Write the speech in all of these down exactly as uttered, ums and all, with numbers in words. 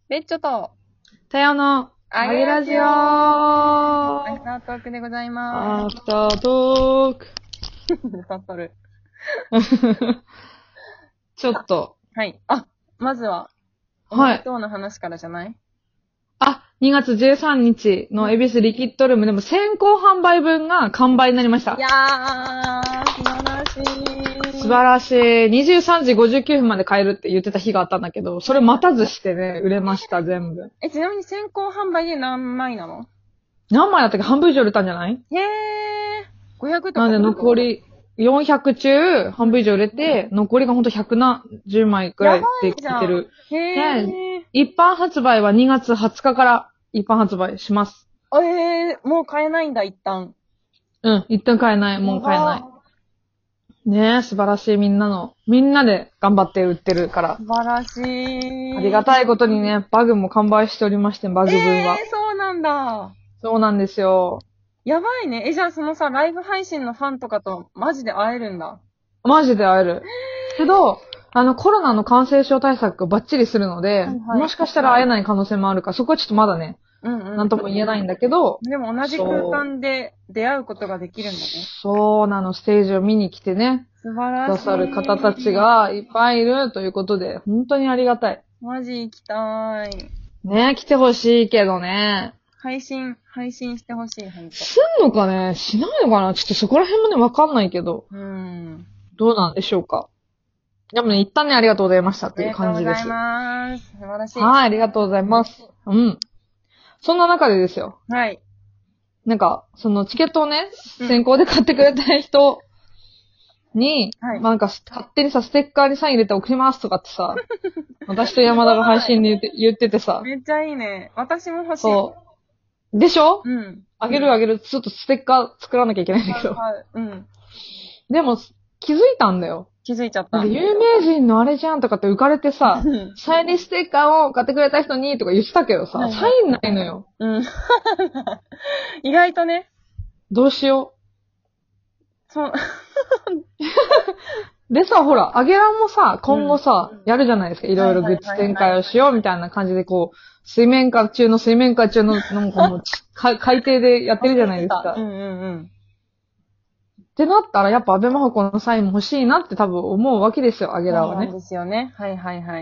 レッチョと、 たやの、あげラジオアーフタートークでございまアフタートーク。 す。歌っとる。 ちょっと。 はい。あ、まずは、おめはい。 でとうの話からじゃない？ あ、にがつじゅうさんにちの恵比寿リキッドルームでも先行販売分が完売になりました。 いやー、素晴らしい。 素晴らしい。にじゅうさんじごじゅうきゅうふんまで買えるって言ってた日があったんだけど、それ待たずしてね、売れました、全部。 え、ちなみに先行販売で何枚なの？ 何枚だったっけ？半分以上売れたんじゃない？ へー、ごひゃくとか。 なんで残りよんひゃく中半分以上売れて、残りがほんとひゃくななじゅうまいくらいできてる。 へー。 一般発売はにがつはつかから一般発売します。 えー、もう買えないんだ、一旦。 うん、一旦買えない。もう買えない。ねえ、素晴らしいみんなの。みんなで頑張って売ってるから。 素晴らしい。 ありがたいことにね、バグも完売しておりまして、バグ分は。 えー、そうなんだ。 そうなんですよ。 やばいね。え、じゃあそのさ、ライブ配信のファンとかとマジで会えるんだ。 マジで会える。けど、あの、コロナの感染症対策をバッチリするので、 はいはいもしかしたら会えない可能性もあるから、そこはちょっとまだね、 うんうん。 なんとも言えないんだけど、 でも同じ空間で出会うことができるんだね。 そうなの、ステージを見に来てね、 素晴らしい。 くださる方たちがいっぱいいるということで、本当にありがたい。 マジ行きたい。 ね、来てほしいけどね。 配信、配信してほしい、ほんと。 すんのかね、しないのかな、ちょっとそこら辺もね、わかんないけど、 うん。 どうなんでしょうか。でもね、一旦ね、ありがとうございましたっありていうがとうござい感じです。 ます。素晴らしい。 はい、ありがとうございます。うん。そんな中でですよ。 はい。 なんか、そのチケットをね、 うん先行で買ってくれた人に、 はいなんか勝手にさ、ステッカーにサイン入れて送りますとかってさ、私と山田が配信で言って、言っててさ、 めっちゃいいね。私も欲しい。 そう。でしょ？ うん。 あげるあげる、ちょっとステッカー作らなきゃいけないんだけど。 はいはい。うん。 でも、気づいたんだよ。 気づいちゃった。 なんか有名人のあれじゃんとかって浮かれてさ、サインステッカーを買ってくれた人にとか言ってたけどさ、 はいはいサインないのよ。 うん。意外とね。 どうしよそう。 う。でさ、ほら、あげらんもさ、今後さ、 うんやるじゃないですか。いろいろグッズ展開をしよはいはいはいはいうみたいな感じで、こう、水面下中の水面下中の、なんかもう、か海底でやってるじゃないですか。 うんうんうん。 ってなったら、やっぱ安倍真帆子のサインも欲しいなって多分思うわけですよ、あげらはね。 そうなんですよね。はいはいはい。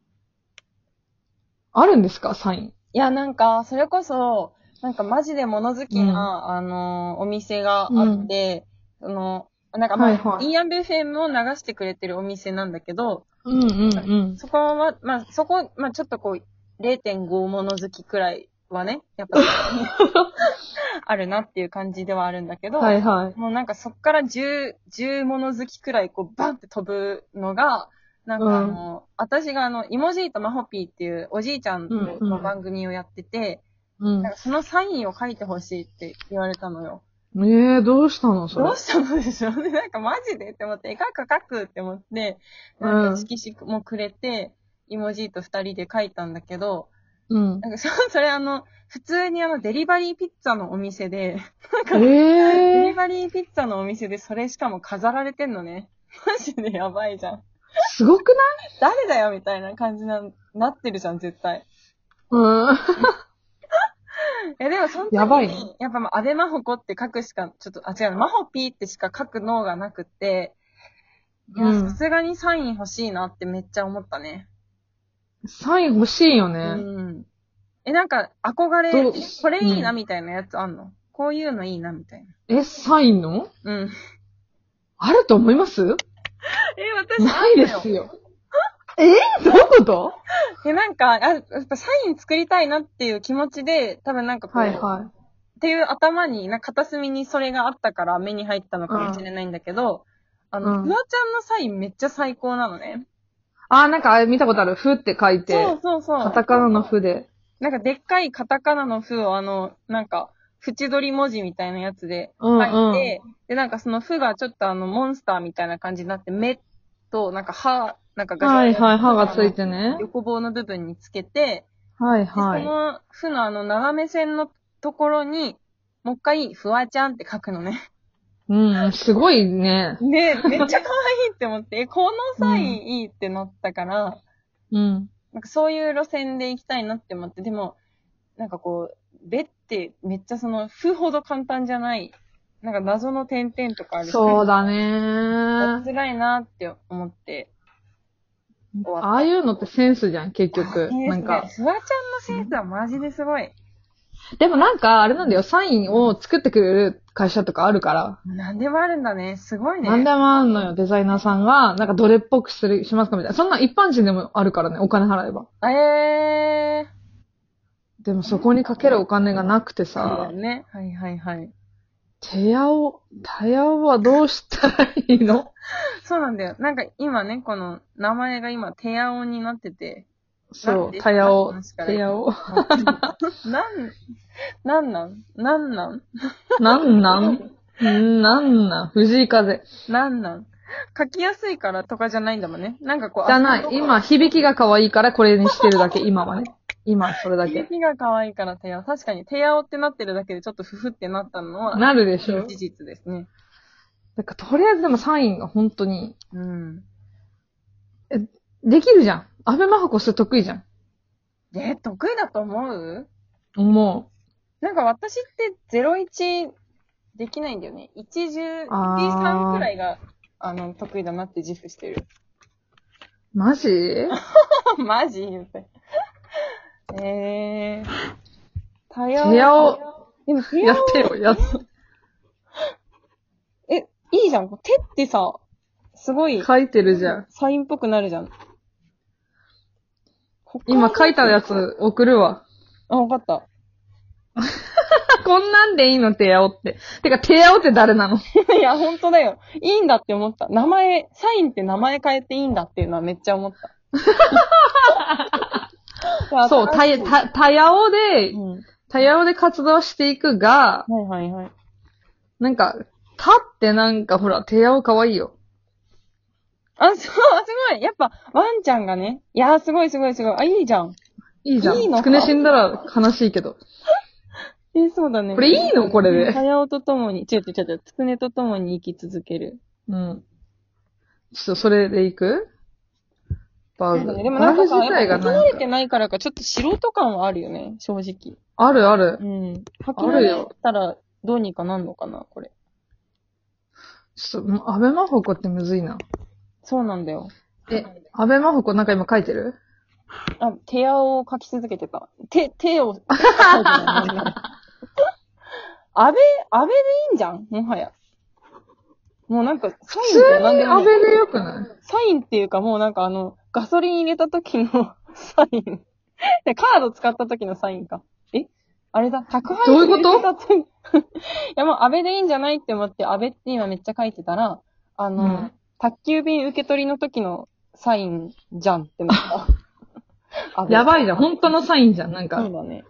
あるんですか、サイン。 いや、なんか、それこそ、なんかマジで物好きな、うん、あのー、お店があって、うん、その、なんかまあ、はいはい、イーアンビーエフエムを流してくれてるお店なんだけど、 うんうんうん。 そこは、まあ、そこ、まあちょっとこう、れいてんご 物好きくらいはね、やっぱあるなっていう感じではあるんだけど、はいはい。もうなんかそっからじゅう、じゅう物好きくらいこう、バンって飛ぶのが、なんかあの、うん、私があの、イモジーとマホピーっていうおじいちゃんの番組をやってて、うん、なんかそのサインを書いてほしいって言われたのよ。 えー、どうしたのそれ。 どうしたのでしょうね。なんかマジでって思って、書く書くって思って、なんか色紙もくれて、イモジーと二人で書いたんだけど、うん。なんかそ、それあの、普通にあの、デリバリーピッツァのお店で、なんか、えー、デリバリーピッツァのお店でそれしかも飾られてんのね。マジでやばいじゃん。 すごくない？ 誰だよみたいな感じな、なってるじゃん、絶対。 うん。 え、でもその時に、やばいね。やっぱ、アベマホコって書くしか、ちょっと、あ、違う、マホピーってしか書く脳がなくって、いや、さすがにサイン欲しいなってめっちゃ思ったね。 サイン欲しいよね。 うん。え、なんか、憧れ、これいいなみたいなやつあんの、うん、こういうのいいなみたいな。 え、サインの？ うん。 あると思います？ え、私ないですよ。えどういうこと？ え、なんか、あ、やっぱサイン作りたいなっていう気持ちで、多分なんかこう、はいはい。っていう頭に、なんか片隅にそれがあったから目に入ったのかもしれないんだけど、うん、あの、フワちゃんのサインめっちゃ最高なのね。 あー、なんか見たことある。ふって書いて。 そうそうそう。 カタカナのふで。 なんかでっかいカタカナのふをあの、なんか、縁取り文字みたいなやつで書いて、うんうん、で、なんかそのふがちょっとあの、モンスターみたいな感じになって、目と、なんか歯、なんかガチャはいはい、歯がついてね。 横棒の部分につけて、 はいはい。 そのふのあの、斜め線のところに、もう一回、ふわちゃんって書くのね。 うん、すごいね。 ねめっちゃ可愛いって思って、え、このサインいいってなったから、うん。 なんかそういう路線で行きたいなって思って、でも、なんかこう、べってめっちゃその、負ほど簡単じゃない、なんか謎の点々とかあるし。 そうだねー。 辛いなって思って。 ああいうのってセンスじゃん、結局。なんか。 フワちゃんのセンスはマジですごい。 でもなんか、あれなんだよ、サインを作ってくれる会社とかあるから。 なんでもあるんだね。すごいね。 なんでもあるのよ、デザイナーさんが、なんかどれっぽくする、しますかみたいな。そんな一般人でもあるからね、お金払えば。 えー。でもそこにかけるお金がなくてさ。 そうだよね。はいはいはい。 手青、手青はどうしたらいいの？ そうなんだよ。なんか今ね、この名前が今手青になってて。 そう、手青、手青。 なん、なんなんなんなんなんなんなんなん藤井風。 なんなん書きやすいからとかじゃないんだもんね。なんかこう。 じゃない。今、響きが可愛いからこれにしてるだけ、今はね。今、それだけ。 響きが可愛いから手青。確かに手青ってなってるだけでちょっとふふってなったのは。 なるでしょ。 事実ですね。 だからとりあえずでもサインが本当に。 うん。 え、できるじゃん。安倍真帆子それ得意じゃん。 え、得意だと思う？ 思う。なんか私ってゼロイチできないんだよね。いちじゅう、いちさんくらいが、あの、得意だなって自負してる。 マジマジ言うて。えー。たやお。手青。 でも手青。 やってよ、やって。 え、いいじゃん。手ってさ、すごい。 書いてるじゃん。 サインっぽくなるじゃん。 今書いたやつ送るわ。 あ、わかった。 こんなんでいいの手青って。てか、手青って誰なの？ いや、ほんとだよ。いいんだって思った。名前、サインって名前変えていいんだっていうのはめっちゃ思った。 そう、たや、た、たやおで、 うん、 たやおで活動していくが、 はいはいはい。 なんか、たってなんかほら、手青かわいいよ。 あ、そう、すごい。やっぱ、ワンちゃんがね。いやー、すごいすごいすごい。あ、いいじゃん。 いいじゃん。いいのか。つくね死んだら悲しいけど。 え、そうだね。 これいいのこれで。 はやおとともに、違う違う違う、つくねとともに生き続ける。 うん。ちょっとそれでいく？バーグ。 でもなんかさ、やっぱ書き慣れてないからか、ちょっと素人感はあるよね、正直。 あるある。 うん。書き慣れたらどうにかなんのかな、これ。 ちょっと、安倍真帆子ってむずいな。 そうなんだよ。 え、安倍真帆子なんか今書いてる？ あ、手青を書き続けてた。手、手を。安倍、安倍でいいんじゃんもはや。もうなんか、サインって何でもない。 安倍でよくない？ サインっていうかもうなんかあの、ガソリン入れた時のサイン。で、カード使った時のサインか。えあれだ、宅配どういうこといやもう安倍でいいんじゃないって思って、安倍って今めっちゃ書いてたら、あの、うん、宅急便受け取りの時のサインじゃんってなった。 やばいじゃん。本当のサインじゃん、なんか。 そうだね。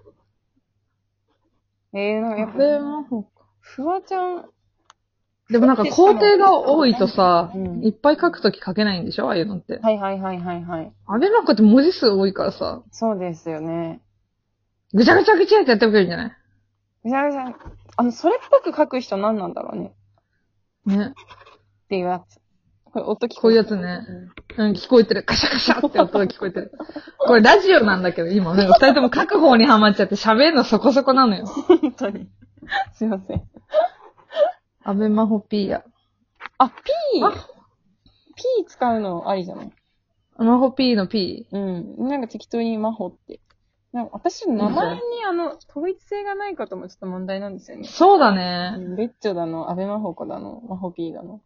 えー、なんかやっぱ、フワちゃん。 でもなんか工程が多いとさ、うん、いっぱい書くとき書けないんでしょああいうのって。 はいはいはいはいはい。 安倍真帆って文字数多いからさ。 そうですよね。 ぐちゃぐちゃぐちゃってやっておけばいいんじゃない？ ぐちゃぐちゃ。あの、それっぽく書く人何なんだろうね。 ね。 っていうやつ。これ音聞こえてる。 こういうやつね。うん、聞こえてる。カシャカシャって音が聞こえてる。これラジオなんだけど、今、なんか二人とも書く方にハマっちゃって喋るのそこそこなのよ。 本当に。すいません。 安倍真帆 P や。 あ、P!P 使うのありじゃない？ 真帆 P の P? うん。なんか適当に真帆って。なんか私の名前にあの、統一性がないこともちょっと問題なんですよね。 そうだね。 うん、ベッチョだの、安倍真帆子だの、真帆 P だの。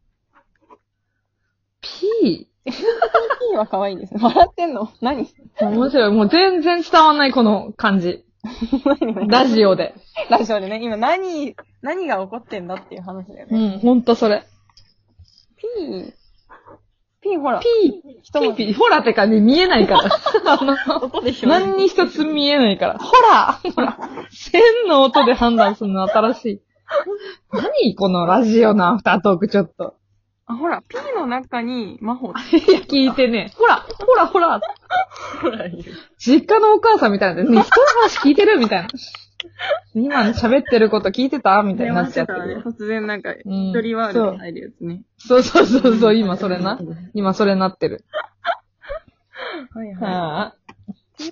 P?P は可愛いですね。笑ってんの？何？ 面白い。もう全然伝わんないこの感じ。ラジオで。 ラジオでね。今何、何が起こってんだっていう話だよね。 うん、ほんとそれ。 P、P ほら。 P、P、P、ほらって感じ見えないから。あの、音で何に一つ見えないから。ほらほら線の音で判断するの新しい。何このラジオのアフタートークちょっと。 あ、ほら、P の中に、真帆。いや、聞いてね。ほら、ほら、ほら。 ほら、言う。 実家のお母さんみたいな。ね、人の話聞いてるみたいな。今喋ってること聞いてたみたいになっちゃってる。 ね、突然なんか、一人ワールドに入るやつね。 そうそうそうそう、今それな。今それなってる。 はいはい。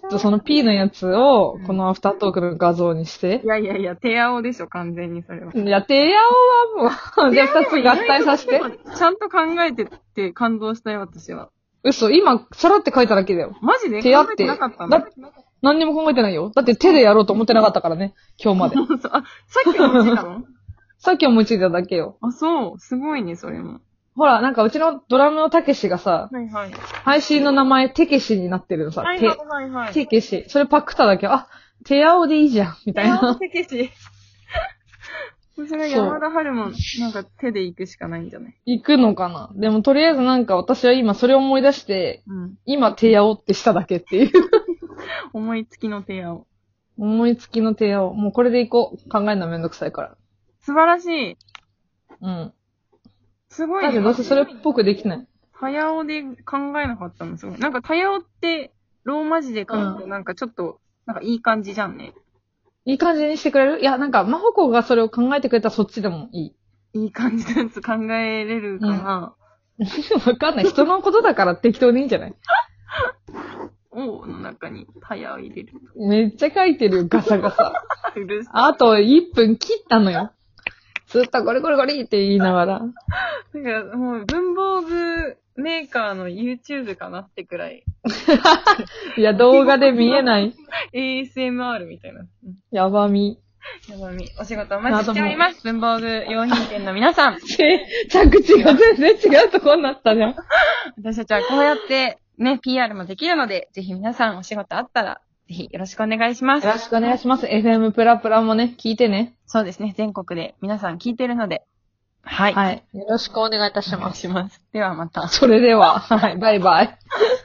とその P のやつを、このアフタートークの画像にして。 いやいやいや、テアオでしょ、完全にそれは。 いや、テアオはもう、じゃあ二つ合体させて。 ちゃんと考えてって感動したよ、私は。 嘘、今、さらって書いただけだよ。 マジで考えてなかったの？だ何にも考えてないよ。だって手でやろうと思ってなかったからね、今日まで。 あ、さっき思いついたの？ さっき思いついただけよ。 あ、そう。すごいね、それも。 ほら、なんかうちのドラムのたけしがさ、はいはい。配信の名前、てけしになってるのさ。 はいはいはいはい。 てけし。それパクっただけ。あ、手青でいいじゃん、みたいな。 てけし。それ山田春も、なんか手で行くしかないんじゃない？ 行くのかな。でもとりあえずなんか私は今それを思い出して、うん、今手青ってしただけっていう。 思いつきの手青。 思いつきの手青。もうこれで行こう。考えるのめんどくさいから。 素晴らしい。 うん。 すごいね。 だってどうせそれっぽくできない。 早尾で考えなかったのすごい。なんか早尾ってローマ字で書くとなんかちょっと、なんかいい感じじゃんね。 いい感じにしてくれる？いや、なんか、まほこがそれを考えてくれたらそっちでもいい。いい感じのやつ考えれるかな、 うん、わかんない。人のことだから適当でいいんじゃない？ おの中にタヤを入れる。 めっちゃ書いてるよ、ガサガサ。 うるさい。 あといっぷん切ったのよ。ずっとゴリゴリゴリって言いながら。 なんかもう文房具メーカーの YouTube かなってくらい。 いや、動画で見えない。 エーエスエムアール みたいな。 やばみ。 やばみ。お仕事お待ちしております。文房具用品店の皆さん。 着地が全然違うとこになったじゃん。 私たちはこうやってね、ピーアール もできるので、ぜひ皆さんお仕事あったら、ぜひよろしくお願いします。 よろしくお願いします。エフエム プラプラもね、聞いてね。 そうですね。全国で皆さん聞いてるので。はい。 はい。よろしくお願いいたします。 お願いします。ではまた。 それでは、はい。バイバイ。